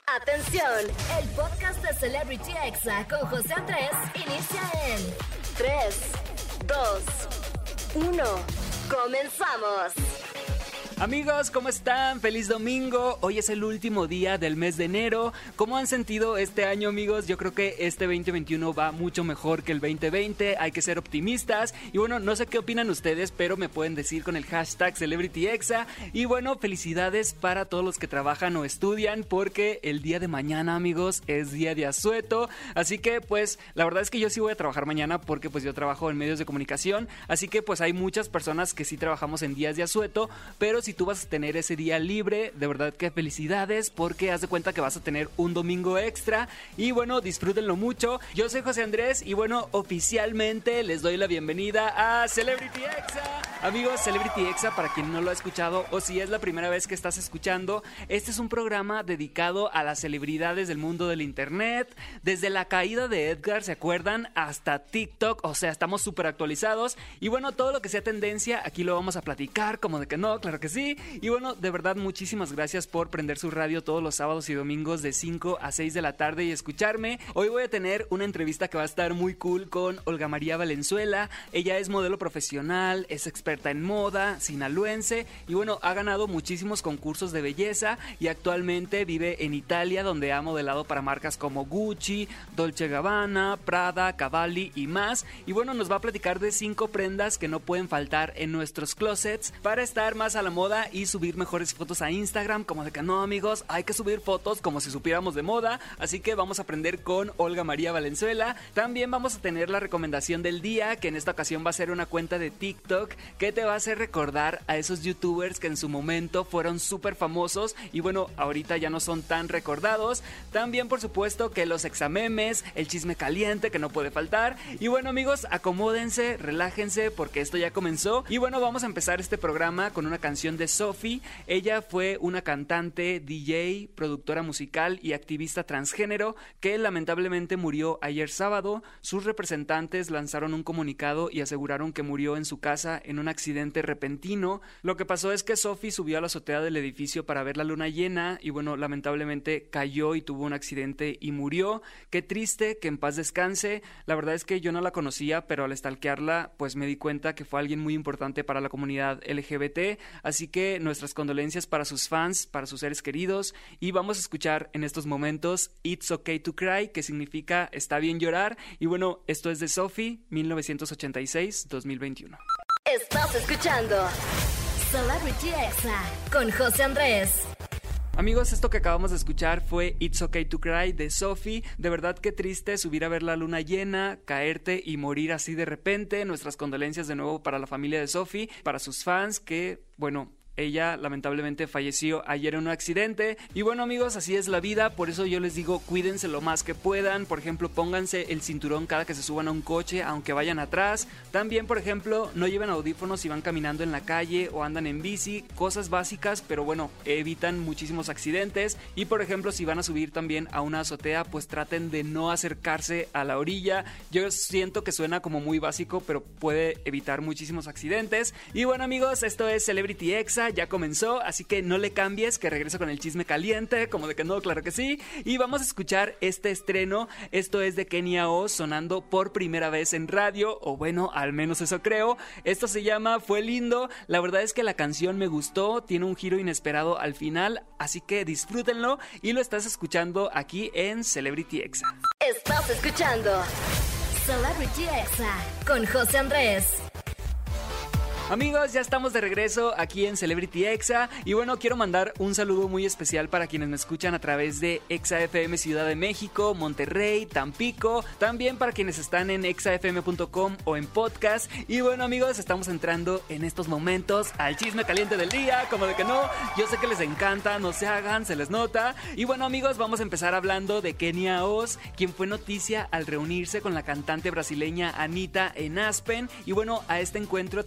Atención, el podcast de Celebrity Exa con José Andrés inicia en 3, 2, 1. ¡Comenzamos! Amigos, ¿cómo están? ¡Feliz domingo! Hoy es el último día del mes de enero. ¿Cómo han sentido este año, amigos? Yo creo que este 2021 va mucho mejor que el 2020. Hay que ser optimistas. Y bueno, no sé qué opinan ustedes, pero me pueden decir con el hashtag CelebrityExa. Y bueno, felicidades para todos los que trabajan o estudian, porque el día de mañana, amigos, es día de asueto. Así que, pues, la verdad es que yo sí voy a trabajar mañana porque, pues, yo trabajo en medios de comunicación. Así que, pues, hay muchas personas que sí trabajamos en días de asueto, pero si tú vas a tener ese día libre, de verdad que felicidades, porque haz de cuenta que vas a tener un domingo extra y bueno, disfrútenlo mucho. Yo soy José Andrés y bueno, oficialmente les doy la bienvenida a Celebrity Exa. Amigos, Celebrity Exa, para quien no lo ha escuchado o si es la primera vez que estás escuchando, este es un programa dedicado a las celebridades del mundo del internet, desde la caída de Edgar, ¿se acuerdan? Hasta TikTok, o sea, estamos súper actualizados y bueno, todo lo que sea tendencia, aquí lo vamos a platicar, como de que no, claro que sí. Y bueno, de verdad, muchísimas gracias por prender su radio todos los sábados y domingos de 5 a 6 de la tarde y escucharme. Hoy voy a tener una entrevista que va a estar muy cool con Olga María Valenzuela. Ella es modelo profesional, es experta en moda, sinaloense y bueno, ha ganado muchísimos concursos de belleza y actualmente vive en Italia, donde ha modelado para marcas como Gucci, Dolce & Gabbana, Prada, Cavalli y más. Y bueno, nos va a platicar de 5 prendas que no pueden faltar en nuestros closets para estar más a la moda y subir mejores fotos a Instagram, como de que no, amigos, hay que subir fotos como si supiéramos de moda, así que vamos a aprender con Olga María Valenzuela. También vamos a tener la recomendación del día, que en esta ocasión va a ser una cuenta de TikTok que te va a hacer recordar a esos youtubers que en su momento fueron súper famosos y bueno, ahorita ya no son tan recordados. También, por supuesto, que los examemes, el chisme caliente que no puede faltar. Y bueno, amigos, acomódense, relájense porque esto ya comenzó. Y bueno, vamos a empezar este programa con una canción de Sophie. Ella fue una cantante, DJ, productora musical y activista transgénero que lamentablemente murió ayer sábado. Sus representantes lanzaron un comunicado y aseguraron que murió en su casa en un accidente repentino. Lo que pasó es que Sophie subió a la azotea del edificio para ver la luna llena y bueno, lamentablemente cayó y tuvo un accidente y murió. Qué triste, que en paz descanse. La verdad es que yo no la conocía, pero al stalkearla pues me di cuenta que fue alguien muy importante para la comunidad LGBT, así que nuestras condolencias para sus fans, para sus seres queridos y vamos a escuchar en estos momentos It's Okay to Cry, que significa está bien llorar y bueno, esto es de Sophie, 1986-2021. Estás escuchando Celebrity Exa con José Andrés. Amigos, esto que acabamos de escuchar fue It's Okay to Cry de Sophie. De verdad que triste subir a ver la luna llena, caerte y morir así de repente. Nuestras condolencias de nuevo para la familia de Sophie, para sus fans que, bueno, ella lamentablemente falleció ayer en un accidente. Y bueno, amigos, así es la vida. Por eso yo les digo, cuídense lo más que puedan. Por ejemplo, pónganse el cinturón cada que se suban a un coche, aunque vayan atrás. También, por ejemplo, no lleven audífonos si van caminando en la calle o andan en bici. Cosas básicas, pero bueno, evitan muchísimos accidentes. Y por ejemplo, si van a subir también a una azotea, pues traten de no acercarse a la orilla. Yo siento que suena como muy básico, pero puede evitar muchísimos accidentes. Y bueno, amigos, esto es Celebrity Exa. Ya comenzó, así que no le cambies, que regreso con el chisme caliente, como de que no, claro que sí. Y vamos a escuchar este estreno. Esto es de Kenia O, sonando por primera vez en radio, o bueno, al menos eso creo. Esto se llama Fue Lindo. La verdad es que la canción me gustó, tiene un giro inesperado al final, así que disfrútenlo y lo estás escuchando aquí en Celebrity Exa. Estás escuchando Celebrity Exa con José Andrés. Amigos, ya estamos de regreso aquí en Celebrity Exa y bueno, quiero mandar un saludo muy especial para quienes me escuchan a través de Exa FM Ciudad de México, Monterrey, Tampico, también para quienes están en exafm.com o en podcast. Y bueno, amigos, estamos entrando en estos momentos al chisme caliente del día, como de que no, yo sé que les encanta, no se hagan, se les nota. Y bueno, amigos, vamos a empezar hablando de Kenia Os, quien fue noticia al reunirse con la cantante brasileña Anitta en Aspen. Y bueno, a este encuentro también se unió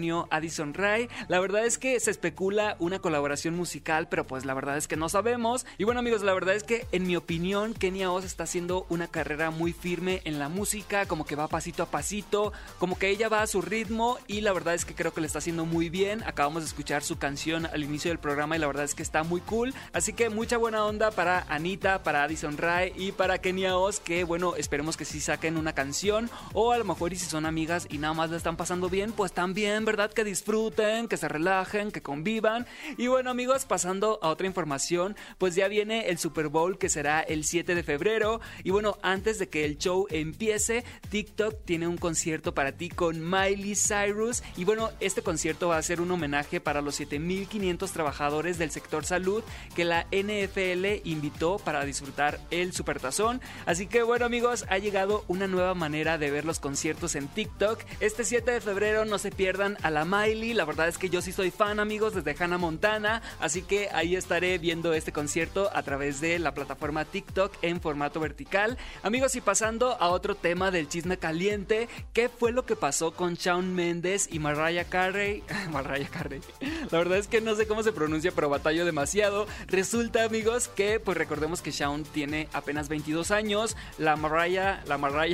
Antonio Addison Rae. La verdad es que se especula una colaboración musical, pero pues la verdad es que no sabemos. Y bueno, amigos, la verdad es que en mi opinión Kenia Oz está haciendo una carrera muy firme en la música, como que va pasito a pasito, como que ella va a su ritmo, y la verdad es que creo que le está haciendo muy bien. Acabamos de escuchar su canción al inicio del programa y la verdad es que está muy cool. Así que mucha buena onda para Anita, para Addison Rae y para Kenia Oz, que bueno, esperemos que sí saquen una canción, o a lo mejor y si son amigas y nada más la están pasando bien, pues también, ¿verdad? Que disfruten, que se relajen, que convivan. Y bueno, amigos, pasando a otra información, pues ya viene el Super Bowl, que será el 7 de febrero. Y bueno, antes de que el show empiece, TikTok tiene un concierto para ti con Miley Cyrus. Y bueno, este concierto va a ser un homenaje para los 7,500 trabajadores del sector salud que la NFL invitó para disfrutar el Supertazón. Así que bueno, amigos, ha llegado una nueva manera de ver los conciertos en TikTok. Este 7 de febrero no se pierdan a la Miley. La verdad es que yo sí soy fan, amigos, desde Hannah Montana. Así que ahí estaré viendo este concierto a través de la plataforma TikTok en formato vertical. Amigos, y pasando a otro tema del chisme caliente, ¿qué fue lo que pasó con Shawn Mendes y Mariah Carey? Mariah Carey. La verdad es que no sé cómo se pronuncia, pero batallo demasiado. Resulta, amigos, que pues recordemos que Shawn tiene apenas 22 años, la Mariah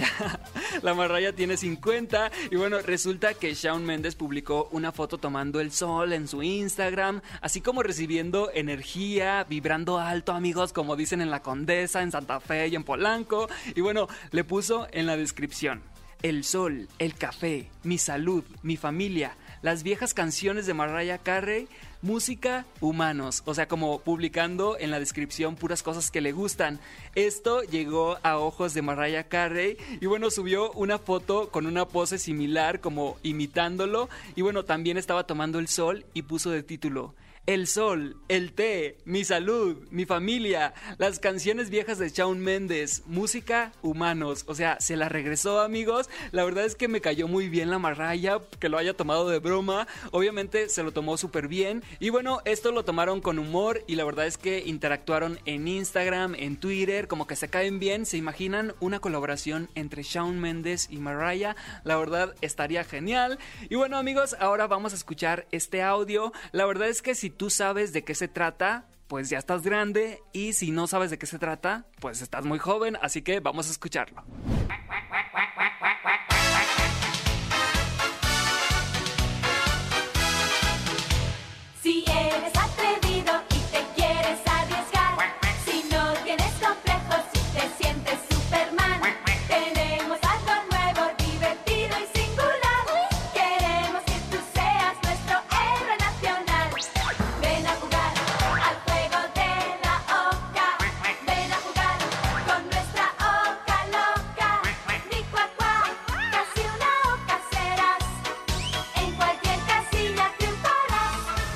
tiene 50. Y bueno, resulta que Shawn Mendes publicó una foto tomando el sol en su Instagram, así como recibiendo energía, vibrando alto, amigos, como dicen en La Condesa, en Santa Fe y en Polanco. Y bueno, le puso en la descripción: el sol, el café, mi salud, mi familia, las viejas canciones de Mariah Carey, música, humanos. O sea, como publicando en la descripción puras cosas que le gustan. Esto llegó a ojos de Mariah Carey y bueno, subió una foto con una pose similar, como imitándolo. Y bueno, también estaba tomando el sol y puso de título: el sol, el té, mi salud, mi familia, las canciones viejas de Shawn Mendes, música, humanos. O sea, se la regresó, amigos. La verdad es que me cayó muy bien la Mariah, que lo haya tomado de broma. Obviamente se lo tomó súper bien. Y bueno, esto lo tomaron con humor y la verdad es que interactuaron en Instagram, en Twitter, como que se caen bien. ¿Se imaginan una colaboración entre Shawn Mendes y Mariah? La verdad estaría genial. Y bueno, amigos, ahora vamos a escuchar este audio. La verdad es que si tú sabes de qué se trata, pues ya estás grande, y si no sabes de qué se trata, pues estás muy joven, así que vamos a escucharlo. Si eres atrevido y te quieres arriesgar, si no tienes complejos, si te sientes Superman, tenemos algo nuevo, divertido y singular. Queremos que tú seas nuestro héroe nacional. Ven a jugar al juego de la oca. Ven a jugar con nuestra oca loca. Ni cuac cuac, casi una oca serás. En cualquier casilla triunfarás.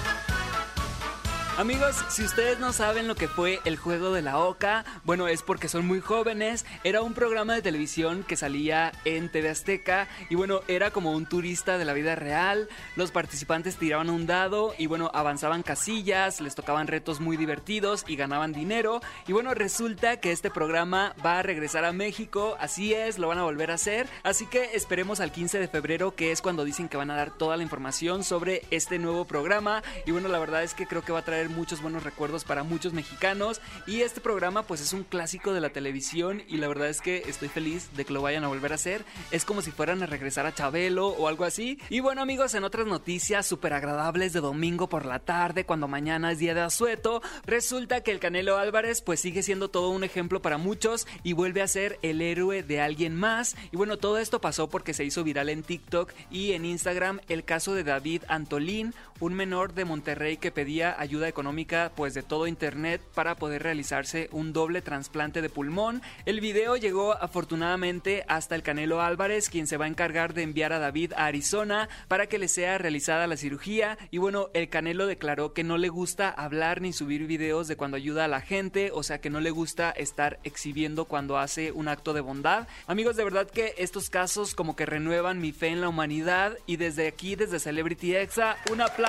Amigos, si ustedes no saben lo que fue el juego de la oca, bueno, es porque son muy jóvenes. Era un programa de televisión que salía en TV Azteca y bueno, era como un turista de la vida real. Los participantes tiraban un dado y bueno, avanzaban casillas, les tocaban retos muy divertidos y ganaban dinero. Y bueno, resulta que este programa va a regresar a México, así es, lo van a volver a hacer. Así que esperemos al 15 de febrero, que es cuando dicen que van a dar toda la información sobre este nuevo programa. Y bueno, la verdad es que creo que va a traer muchos buenos recuerdos para muchos mexicanos, y este programa pues es un clásico de la televisión y la verdad es que estoy feliz de que lo vayan a volver a hacer. Es como si fueran a regresar a Chabelo o algo así. Y bueno, amigos, en otras noticias súper agradables de domingo por la tarde, cuando mañana es día de asueto, resulta que el Canelo Álvarez pues sigue siendo todo un ejemplo para muchos y vuelve a ser el héroe de alguien más. Y bueno, todo esto pasó porque se hizo viral en TikTok y en Instagram el caso de David Antolín, un menor de Monterrey que pedía ayuda económica pues de todo internet para poder realizarse un doble trasplante de pulmón. El video llegó afortunadamente hasta el Canelo Álvarez, quien se va a encargar de enviar a David a Arizona para que le sea realizada la cirugía. Y bueno, el Canelo declaró que no le gusta hablar ni subir videos de cuando ayuda a la gente, o sea que no le gusta estar exhibiendo cuando hace un acto de bondad. Amigos, de verdad que estos casos como que renuevan mi fe en la humanidad, y desde aquí, desde Celebrity Exa, un aplauso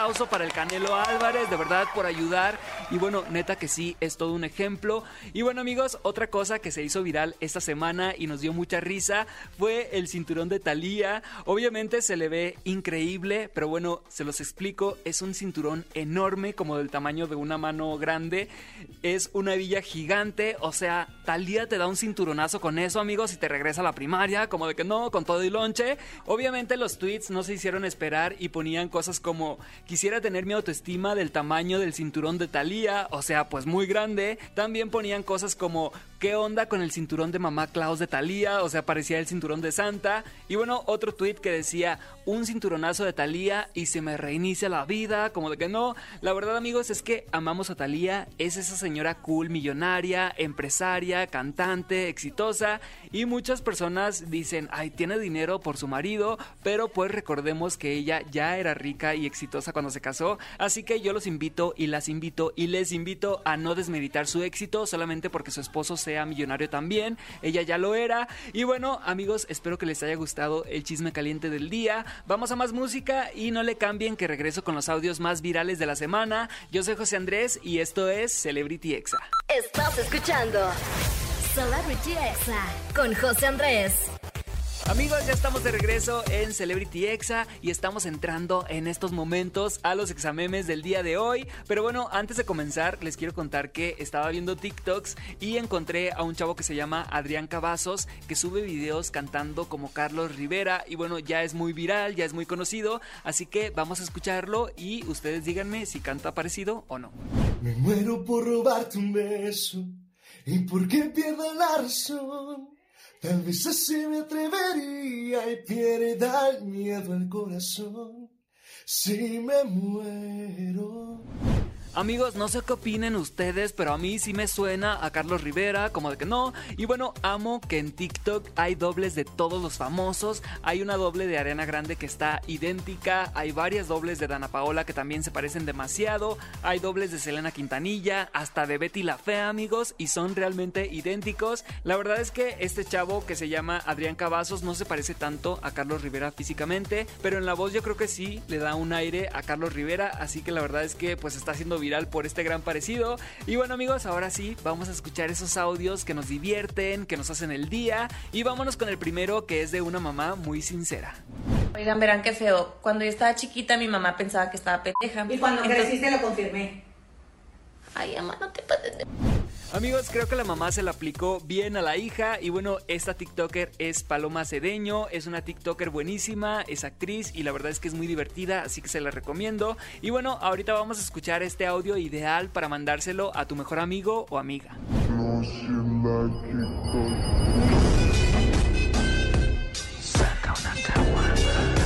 aplauso para el Canelo Álvarez, de verdad, por ayudar. Y bueno, neta que sí, es todo un ejemplo. Y bueno, amigos, otra cosa que se hizo viral esta semana y nos dio mucha risa fue el cinturón de Thalía. Obviamente se le ve increíble, pero bueno, se los explico. Es un cinturón enorme, como del tamaño de una mano grande. Es una hebilla gigante, o sea, Thalía te da un cinturonazo con eso, amigos, y te regresa a la primaria, como de que no, con todo y lonche. Obviamente los tweets no se hicieron esperar y ponían cosas como: quisiera tener mi autoestima del tamaño del cinturón de Thalía, o sea, pues muy grande. También ponían cosas como: ¿qué onda con el cinturón de mamá Claus de Thalía? O sea, parecía el cinturón de Santa. Y bueno, otro tweet que decía: un cinturonazo de Thalía y se me reinicia la vida, como de que no. La verdad, amigos, es que amamos a Thalía. Es esa señora cool, millonaria, empresaria, cantante, exitosa, y muchas personas dicen: ay, tiene dinero por su marido, pero pues recordemos que ella ya era rica y exitosa cuando se casó, así que yo los invito y las invito y les invito a no desmeritar su éxito solamente porque su esposo sea millonario también. Ella ya lo era. Y bueno, amigos, espero que les haya gustado el chisme caliente del día. Vamos a más música y no le cambien, que regreso con los audios más virales de la semana. Yo soy José Andrés y esto es Celebrity Exa. Estás escuchando Celebrity Exa con José Andrés. Amigos, ya estamos de regreso en Celebrity Exa y estamos entrando en estos momentos a los examemes del día de hoy. Pero bueno, antes de comenzar, les quiero contar que estaba viendo TikToks y encontré a un chavo que se llama Adrián Cavazos, que sube videos cantando como Carlos Rivera. Y bueno, ya es muy viral, ya es muy conocido, así que vamos a escucharlo y ustedes díganme si canta parecido o no. Me muero por robarte un beso y por qué pierdo la razón. Tal vez así me atrevería y pierda el miedo al corazón si me muero. Amigos, no sé qué opinen ustedes, pero a mí sí me suena a Carlos Rivera, como de que no. Y bueno, amo que en TikTok hay dobles de todos los famosos. Hay una doble de Ariana Grande que está idéntica. Hay varias dobles de Dana Paola que también se parecen demasiado. Hay dobles de Selena Quintanilla, hasta de Betty la Fea, amigos, y son realmente idénticos. La verdad es que este chavo que se llama Adrián Cavazos no se parece tanto a Carlos Rivera físicamente, pero en la voz yo creo que sí le da un aire a Carlos Rivera, así que la verdad es que pues está haciendo viral por este gran parecido. Y bueno, amigos, ahora sí vamos a escuchar esos audios que nos divierten, que nos hacen el día, y vámonos con el primero, que es de una mamá muy sincera. Oigan, verán qué feo. Cuando yo estaba chiquita, mi mamá pensaba que estaba pendeja. Y cuando creciste lo confirmé. Ay, mamá, no te pases de... Amigos, creo que la mamá se la aplicó bien a la hija. Y bueno, esta TikToker es Paloma Cedeño. Es una TikToker buenísima, es actriz y la verdad es que es muy divertida, así que se la recomiendo. Y bueno, ahorita vamos a escuchar este audio ideal para mandárselo a tu mejor amigo o amiga. Saca una caguama.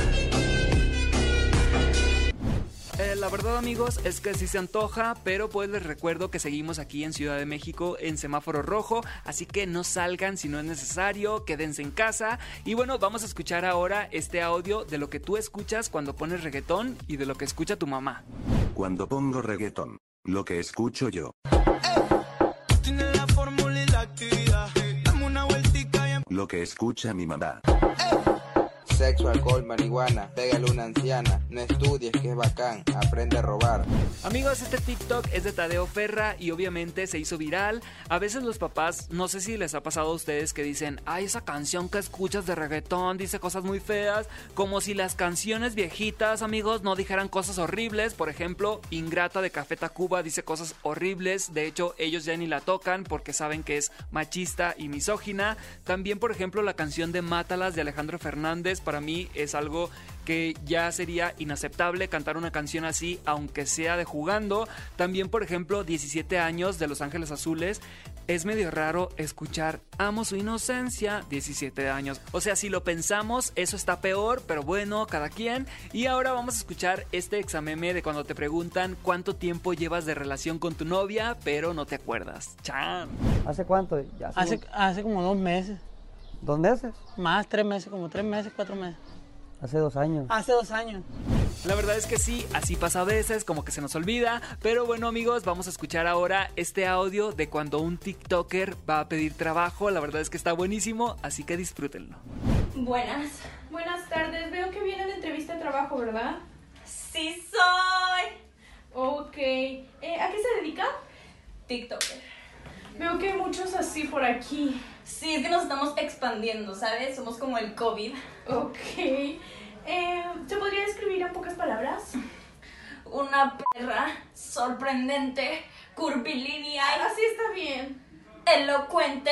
La verdad, amigos, es que sí se antoja, pero pues les recuerdo que seguimos aquí en Ciudad de México en semáforo rojo, así que no salgan si no es necesario, quédense en casa. Y bueno, vamos a escuchar ahora este audio de lo que tú escuchas cuando pones reggaetón y de lo que escucha tu mamá. Cuando pongo reggaetón, lo que escucho yo. Tiene la fórmula y la actividad. Dame una vueltica y... Lo que escucha mi mamá. Sexo, alcohol, marihuana, pégale una anciana, no estudies que es bacán, aprende a robar. Amigos, este TikTok es de Tadeo Ferra y obviamente se hizo viral. A veces los papás, no sé si les ha pasado a ustedes, que dicen: ay, esa canción que escuchas de reggaetón dice cosas muy feas, como si las canciones viejitas, amigos, no dijeran cosas horribles. Por ejemplo, Ingrata de Café Tacuba dice cosas horribles. De hecho, ellos ya ni la tocan porque saben que es machista y misógina. También, por ejemplo, la canción de Mátalas de Alejandro Fernández, para mí es algo que ya sería inaceptable cantar una canción así, aunque sea de jugando. También, por ejemplo, 17 años de Los Ángeles Azules. Es medio raro escuchar Amo su inocencia, 17 años. O sea, si lo pensamos, eso está peor, pero bueno, cada quien. Y ahora vamos a escuchar este exameme de cuando te preguntan cuánto tiempo llevas de relación con tu novia, pero no te acuerdas. ¡Chan! ¿Hace cuánto? Ya Hace como 2 meses. 2 meses. Más, 3 meses, como 3 meses, 4 meses. Hace 2 años. Hace 2 años. La verdad es que sí, así pasa a veces, como que se nos olvida. Pero bueno, amigos, vamos a escuchar ahora este audio de cuando un TikToker va a pedir trabajo. La verdad es que está buenísimo, así que disfrútenlo. Buenas tardes. Veo que viene la entrevista de trabajo, ¿verdad? Sí soy. Ok. ¿A qué se dedica? TikToker. Veo que hay muchos así por aquí. Sí, es que nos estamos expandiendo, ¿sabes? Somos como el COVID. Ok. ¿Se podría describir en pocas palabras? Una perra sorprendente, curvilínea y Así está bien. elocuente.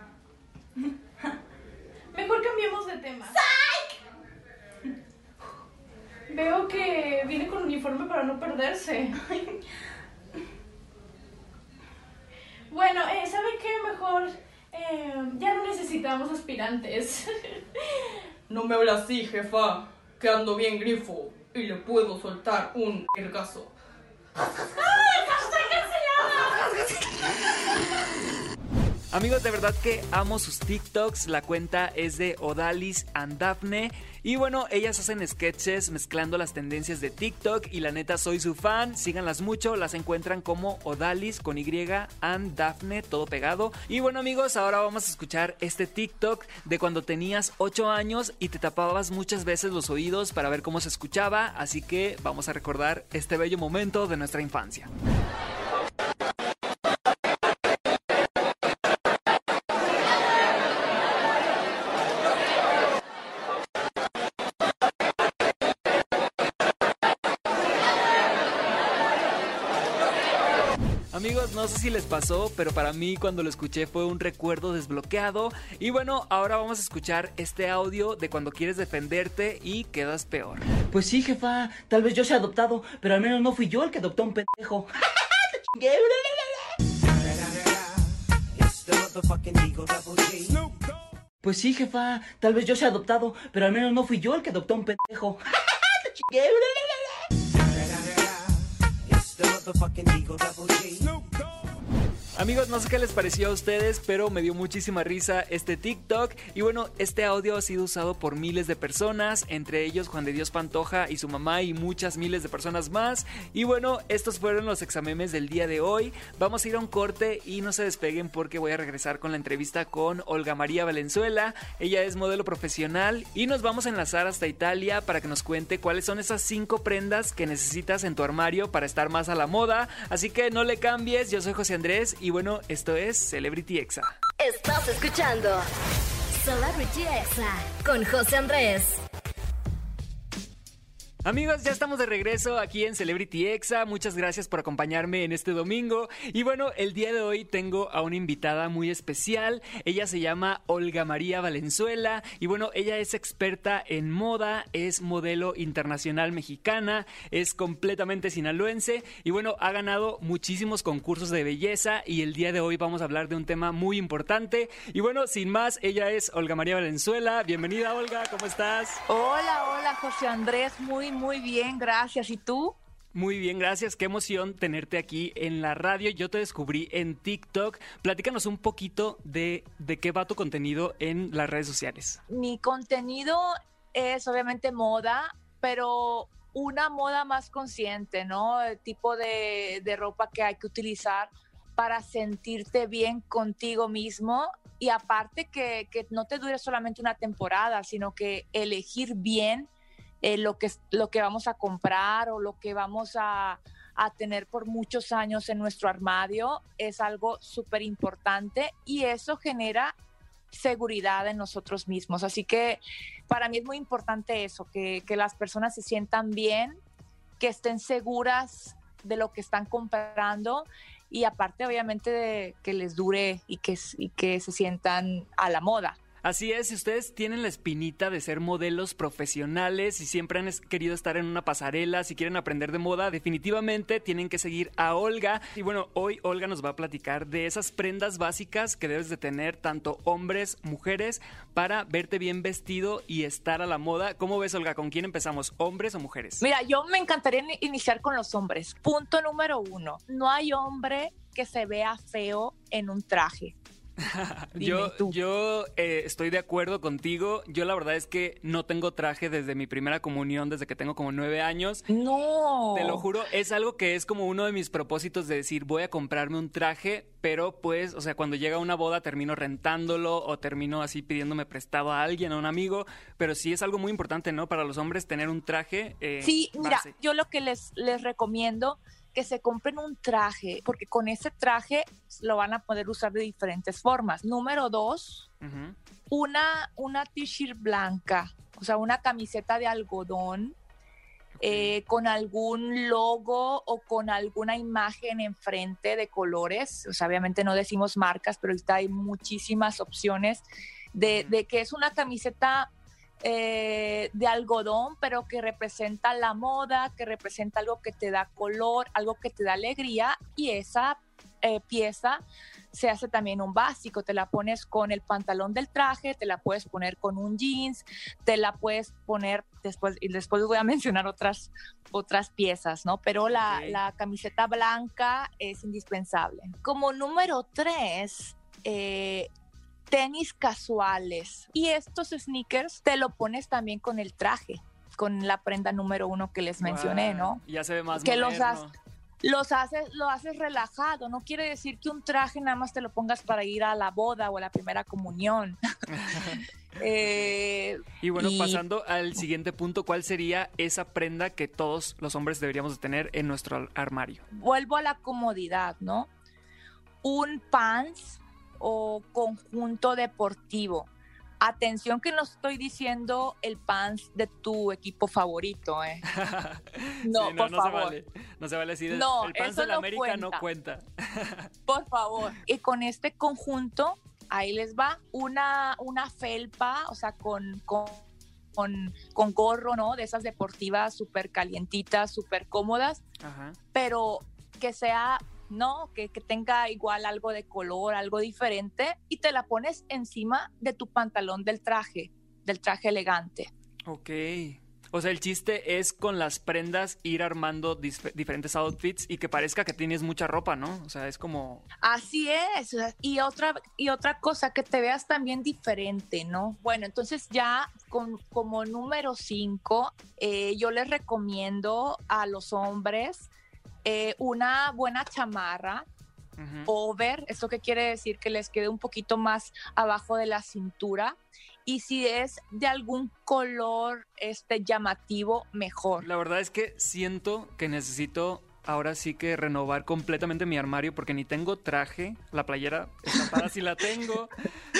Mejor cambiemos de tema. ¡Psych! Veo que viene con uniforme para no perderse. Bueno, ¿sabe qué? Mejor ya no necesitamos aspirantes. No me habla así, jefa, que ando bien grifo y le puedo soltar un vergazo. Amigos, de verdad que amo sus TikToks. La cuenta es de Odalis and Daphne. Y bueno, ellas hacen sketches mezclando las tendencias de TikTok. Y la neta, soy su fan. Síganlas mucho. Las encuentran como Odalis con Y and Daphne, todo pegado. Y bueno, amigos, ahora vamos a escuchar este TikTok de cuando tenías 8 años y te tapabas muchas veces los oídos para ver cómo se escuchaba. Así que vamos a recordar este bello momento de nuestra infancia. Amigos, no sé si les pasó, pero para mí cuando lo escuché fue un recuerdo desbloqueado. Y bueno, ahora vamos a escuchar este audio de cuando quieres defenderte y quedas peor. Pues sí, jefa, tal vez yo sea adoptado, pero al menos no fui yo el que adoptó a un pendejo. Pues sí, jefa, tal vez yo sea adoptado, pero al menos no fui yo el que adoptó a un pendejo. Amigos, no sé qué les pareció a ustedes, pero me dio muchísima risa este TikTok. Y bueno, este audio ha sido usado por miles de personas, entre ellos Juan de Dios Pantoja y su mamá y muchas miles de personas más. Y bueno, estos fueron los examemes del día de hoy. Vamos a ir a un corte y no se despeguen porque voy a regresar con la entrevista con Olga María Valenzuela. Ella es modelo profesional y nos vamos a enlazar hasta Italia para que nos cuente cuáles son esas 5 prendas que necesitas en tu armario para estar más a la moda. Así que no le cambies, yo soy José Andrés y bueno, esto es Celebrity Exa. Estás escuchando Celebrity Exa con José Andrés. Amigos, ya estamos de regreso aquí en Celebrity Exa. Muchas gracias por acompañarme en este domingo. Y bueno, el día de hoy tengo a una invitada muy especial. Ella se llama Olga María Valenzuela. Y bueno, ella es experta en moda, es modelo internacional mexicana, es completamente sinaloense. Y bueno, ha ganado muchísimos concursos de belleza. Y el día de hoy vamos a hablar de un tema muy importante. Y bueno, sin más, ella es Olga María Valenzuela. Bienvenida, Olga, ¿cómo estás? Hola, José Andrés, muy bien, gracias. ¿Y tú? Muy bien, gracias. Qué emoción tenerte aquí en la radio. Yo te descubrí en TikTok. Platícanos un poquito de qué va tu contenido en las redes sociales. Mi contenido es obviamente moda, pero una moda más consciente, ¿no? El tipo de ropa que hay que utilizar para sentirte bien contigo mismo y aparte que no te dure solamente una temporada, sino que elegir bien lo que vamos a comprar o lo que vamos a tener por muchos años en nuestro armario es algo súper importante y eso genera seguridad en nosotros mismos. Así que para mí es muy importante eso, que las personas se sientan bien, que estén seguras de lo que están comprando y aparte obviamente de que les dure y que se sientan a la moda. Así es, si ustedes tienen la espinita de ser modelos profesionales y siempre han querido estar en una pasarela, si quieren aprender de moda, definitivamente tienen que seguir a Olga. Y bueno, hoy Olga nos va a platicar de esas prendas básicas que debes de tener tanto hombres, mujeres, para verte bien vestido y estar a la moda. ¿Cómo ves, Olga? ¿Con quién empezamos? ¿Hombres o mujeres? Mira, yo me encantaría iniciar con los hombres. Punto número 1, no hay hombre que se vea feo en un traje. Dime tú. Yo estoy de acuerdo contigo. Yo la verdad es que no tengo traje desde mi primera comunión, desde que tengo como 9 años. No. Te lo juro, es algo que es como uno de mis propósitos de decir, voy a comprarme un traje, pero pues, o sea, cuando llega una boda termino rentándolo o termino así pidiéndome prestado a alguien, a un amigo, pero sí es algo muy importante, ¿no? Para los hombres tener un traje. Sí, mira, base. yo lo que les recomiendo que se compren un traje, porque con ese traje lo van a poder usar de diferentes formas. Número 2, Ujú. una t-shirt blanca, o sea, una camiseta de algodón con algún logo o con alguna imagen enfrente de colores. O sea, obviamente no decimos marcas, pero ahorita hay muchísimas opciones de que es una camiseta de algodón, pero que representa la moda, que representa algo que te da color, algo que te da alegría, y esa pieza se hace también un básico. Te la pones con el pantalón del traje, te la puedes poner con un jeans, te la puedes poner después, y después voy a mencionar otras piezas, ¿no? Pero la camiseta blanca es indispensable. Como número 3, tenis casuales. Y estos sneakers te lo pones también con el traje, con la prenda número 1 que les mencioné, ¿no? Ya se ve más Que moderno. lo haces relajado. No quiere decir que un traje nada más te lo pongas para ir a la boda o a la primera comunión. Y bueno, pasando al siguiente punto, ¿cuál sería esa prenda que todos los hombres deberíamos de tener en nuestro armario? Vuelvo a la comodidad, ¿no? Un pants o conjunto deportivo. Atención que no estoy diciendo el pants de tu equipo favorito, ¿eh? No, sí, por favor. Se vale. No se vale decir el pants eso de la no América no cuenta. Por favor. Y con este conjunto, ahí les va una felpa, o sea, con gorro, ¿no? De esas deportivas súper calientitas, súper cómodas, Ajá. pero que sea, ¿no? Que tenga igual algo de color, algo diferente, y te la pones encima de tu pantalón del traje elegante. Ok. O sea, el chiste es con las prendas ir armando diferentes outfits y que parezca que tienes mucha ropa, ¿no? O sea, es como... Así es. Y otra cosa, que te veas también diferente, ¿no? Bueno, entonces ya como número 5, yo les recomiendo a los hombres una buena chamarra, over, ¿esto qué quiere decir? Que les quede un poquito más abajo de la cintura, y si es de algún color llamativo, mejor. La verdad es que siento que necesito ahora sí que renovar completamente mi armario porque ni tengo traje, la playera estampada sí la tengo,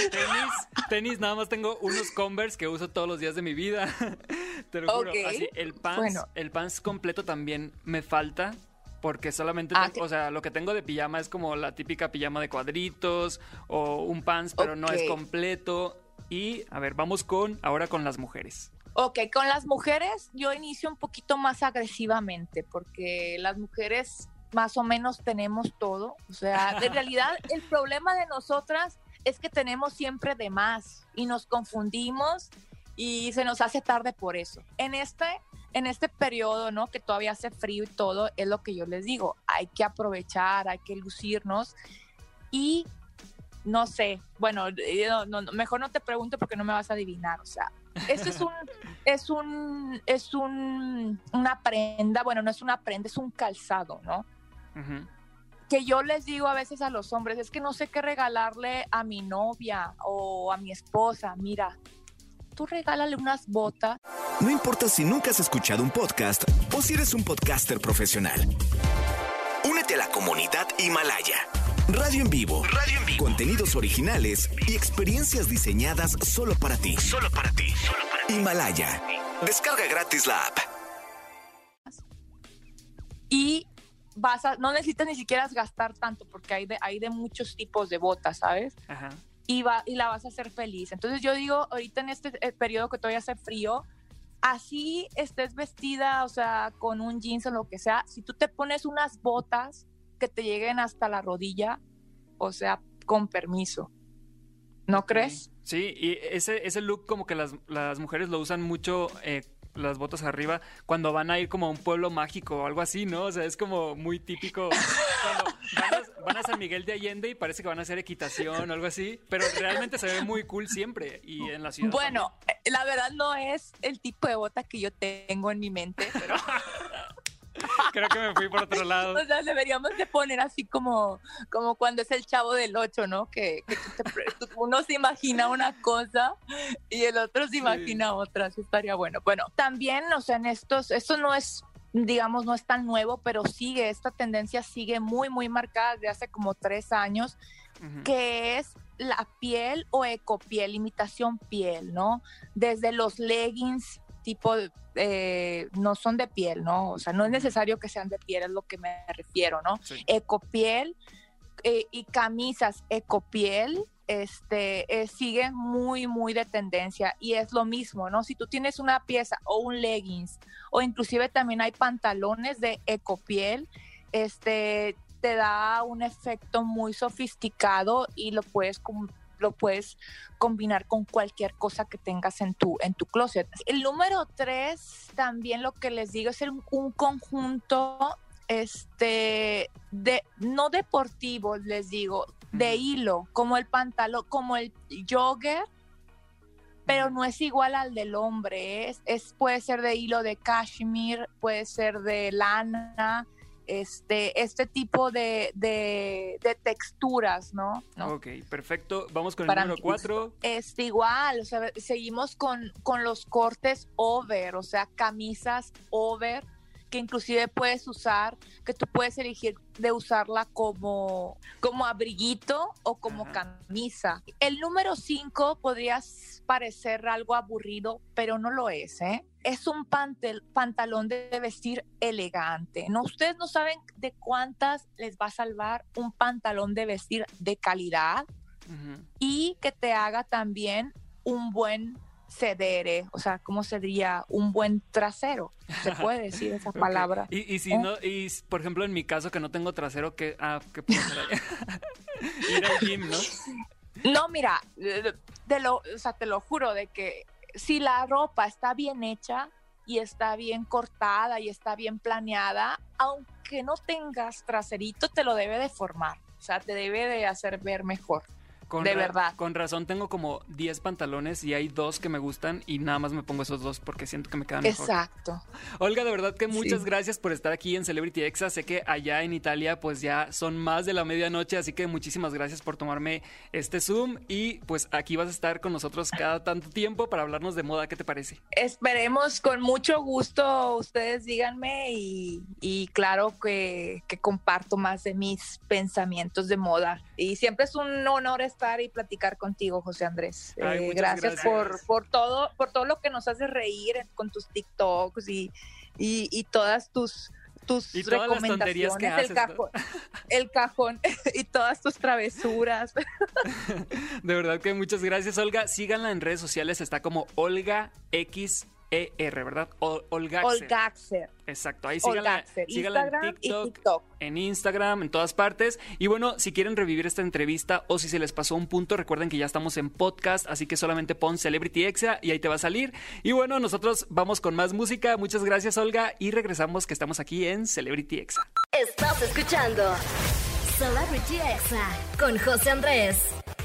tenis nada más tengo unos Converse que uso todos los días de mi vida, te lo juro, así, el pants completo también me falta. Porque solamente, o sea, lo que tengo de pijama es como la típica pijama de cuadritos o un pants, pero no es completo. Y, a ver, vamos ahora con las mujeres. Ok, con las mujeres yo inicio un poquito más agresivamente, porque las mujeres más o menos tenemos todo. O sea, en realidad el problema de nosotras es que tenemos siempre de más y nos confundimos y se nos hace tarde por eso. En este periodo, ¿no? Que todavía hace frío y todo, es lo que yo les digo. Hay que aprovechar, hay que lucirnos y no sé, bueno, mejor no te pregunto porque no me vas a adivinar. O sea, esto es una prenda, bueno, no es una prenda, es un calzado, ¿no? Uh-huh. Que yo les digo a veces a los hombres, es que no sé qué regalarle a mi novia o a mi esposa. Mira, tú regálale unas botas. No importa si nunca has escuchado un podcast o si eres un podcaster profesional. Únete a la comunidad Himalaya. Radio en vivo. Contenidos originales y experiencias diseñadas solo para ti. Himalaya. Descarga gratis la app. Y no necesitas ni siquiera gastar tanto porque hay de muchos tipos de botas, ¿sabes? Ajá. Y la vas a hacer feliz. Entonces yo digo, ahorita en este periodo que todavía hace frío, así estés vestida, o sea, con un jeans o lo que sea, si tú te pones unas botas que te lleguen hasta la rodilla, o sea, con permiso. ¿No crees? Sí, y ese look como que las mujeres lo usan mucho, las botas arriba, cuando van a ir como a un pueblo mágico o algo así, ¿no? O sea, es como muy típico. van a San Miguel de Allende y parece que van a hacer equitación o algo así, pero realmente se ve muy cool siempre y en la ciudad. Bueno, la verdad no es el tipo de bota que yo tengo en mi mente, pero... Creo que me fui por otro lado. O sea, deberíamos de poner así como cuando es el Chavo del 8, ¿no? Que uno se imagina una cosa y el otro se imagina otra. Eso estaría bueno. Bueno, también, o sea, esto no es, digamos, no es tan nuevo, pero esta tendencia sigue muy, muy marcada desde hace como 3 años, que es la piel o ecopiel, imitación piel, ¿no? Desde los leggings tipo, no son de piel, ¿no? O sea, no es necesario que sean de piel, es lo que me refiero, ¿no? Sí. Ecopiel y camisas ecopiel, siguen muy, muy de tendencia y es lo mismo, ¿no? Si tú tienes una pieza o un leggings o inclusive también hay pantalones de ecopiel, te da un efecto muy sofisticado y lo puedes combinar con cualquier cosa que tengas en tu closet. El número 3, también lo que les digo, es un conjunto no deportivo, les digo, de hilo, como el pantalón, como el jogger, pero no es igual al del hombre, puede ser de hilo de cashmere, puede ser de lana, este tipo de texturas, ¿no? Ok, perfecto. Vamos con el número 4. Igual, o sea, seguimos con los cortes over, o sea, camisas over, que inclusive puedes usar, que tú puedes elegir de usarla como abriguito o como camisa. El número 5 podría parecer algo aburrido, pero no lo es, ¿eh? Es un pantalón de vestir elegante, ¿no? Ustedes no saben de cuántas les va a salvar un pantalón de vestir de calidad y que te haga también un buen sedere, o sea, ¿cómo se diría? Un buen trasero, se puede decir esa palabra. Y si no, y por ejemplo en mi caso que no tengo trasero, ¿qué puedo hacer ahí? Ir al gym, ¿no? No, mira, te lo juro de que si la ropa está bien hecha y está bien cortada y está bien planeada, aunque no tengas traserito, te lo debe de formar, o sea, te debe de hacer ver mejor. De verdad. Con razón tengo como 10 pantalones y hay 2 que me gustan y nada más me pongo esos 2 porque siento que me quedan mejor. Exacto. Olga, de verdad que muchas gracias por estar aquí en Celebrity Exa. Sé que allá en Italia pues ya son más de la medianoche, así que muchísimas gracias por tomarme este Zoom y pues aquí vas a estar con nosotros cada tanto tiempo para hablarnos de moda. ¿Qué te parece? Esperemos, con mucho gusto, ustedes díganme y claro que comparto más de mis pensamientos de moda. Y siempre es un honor estar y platicar contigo, José Andrés. Gracias por todo lo que nos haces reír con tus TikToks y todas tus y todas las tonterías que haces, el cajón y todas tus travesuras. De verdad que muchas gracias, Olga. Síganla en redes sociales, está como Olga XER, ¿verdad? Olgaxer. Exacto, ahí síganla en TikTok, en Instagram, en todas partes. Y bueno, si quieren revivir esta entrevista o si se les pasó un punto, recuerden que ya estamos en podcast, así que solamente pon Celebrity Exa y ahí te va a salir. Y bueno, nosotros vamos con más música. Muchas gracias, Olga, y regresamos, que estamos aquí en Celebrity Exa. Estás escuchando Celebrity Exa con José Andrés.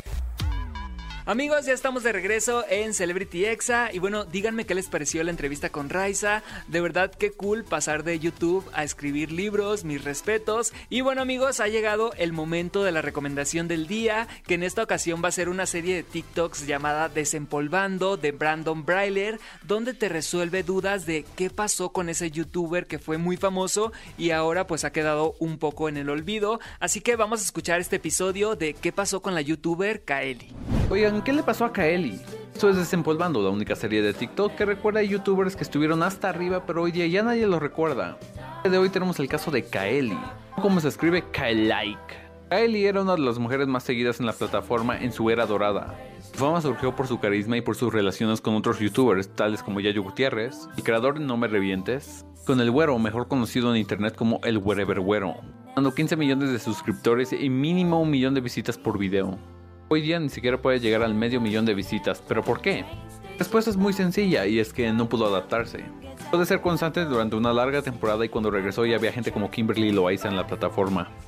Amigos, ya estamos de regreso en Celebrity Exa y bueno, díganme qué les pareció la entrevista con Raiza. De verdad, qué cool pasar de YouTube a escribir libros, mis respetos. Y bueno, amigos, ha llegado el momento de la recomendación del día, que en esta ocasión va a ser una serie de TikToks llamada Desempolvando, de Brandon Brailer, donde te resuelve dudas de qué pasó con ese youtuber que fue muy famoso y ahora pues ha quedado un poco en el olvido. Así que vamos a escuchar este episodio de qué pasó con la youtuber Kaeli. Oigan, ¿qué le pasó a Kaeli? Esto es Desempolvando, la única serie de TikTok que recuerda a youtubers que estuvieron hasta arriba, pero hoy día ya nadie los recuerda. El día de hoy tenemos el caso de Kaeli, como se escribe Kaelike. Kaeli era una de las mujeres más seguidas en la plataforma en su era dorada. Su fama surgió por su carisma y por sus relaciones con otros youtubers, tales como Yayo Gutiérrez, el creador de No Me Revientes, con el Güero, mejor conocido en internet como el Wherever Güero, dando 15 millones de suscriptores y mínimo 1 millón de visitas por video. Hoy día ni siquiera puede llegar al 500,000 de visitas, ¿pero por qué? La respuesta es muy sencilla y es que no pudo adaptarse. Puede ser constante durante una larga temporada y cuando regresó ya había gente como Kimberly Loaiza en la plataforma.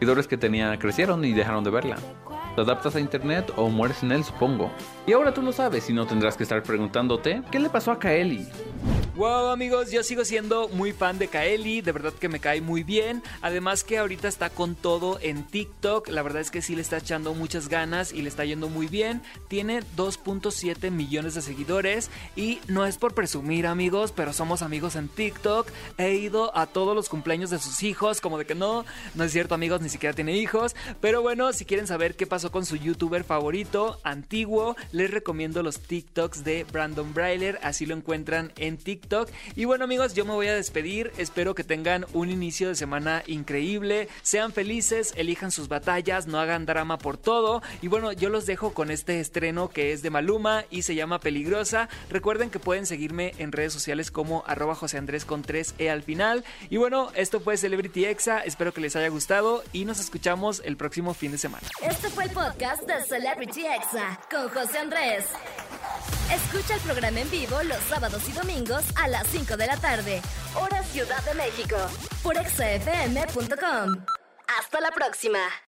seguidores que tenía crecieron y dejaron de verla. ¿Te adaptas a internet o mueres en él, supongo? Y ahora tú lo sabes y no tendrás que estar preguntándote ¿qué le pasó a Kaeli? Wow, amigos, yo sigo siendo muy fan de Kaeli, de verdad que me cae muy bien. Además que ahorita está con todo en TikTok, la verdad es que sí le está echando muchas ganas y le está yendo muy bien. Tiene 2.7 millones de seguidores y no es por presumir, amigos, pero somos amigos en TikTok. He ido a todos los cumpleaños de sus hijos, como de que no es cierto, amigos, ni siquiera tiene hijos. Pero bueno, si quieren saber qué pasó con su youtuber favorito, antiguo, les recomiendo los TikToks de Brandon Brailer, así lo encuentran en TikTok. Y bueno, amigos, yo me voy a despedir, espero que tengan un inicio de semana increíble, sean felices, elijan sus batallas, no hagan drama por todo. Y bueno, yo los dejo con este estreno que es de Maluma y se llama Peligrosa. Recuerden que pueden seguirme en redes sociales como @JoseAndrés con 3E al final. Y bueno, esto fue Celebrity Exa, espero que les haya gustado y nos escuchamos el próximo fin de semana. Este fue el podcast de Celebrity Exa con José Andrés. Escucha el programa en vivo los sábados y domingos a las 5 de la tarde, hora Ciudad de México, por exafm.com. Hasta la próxima.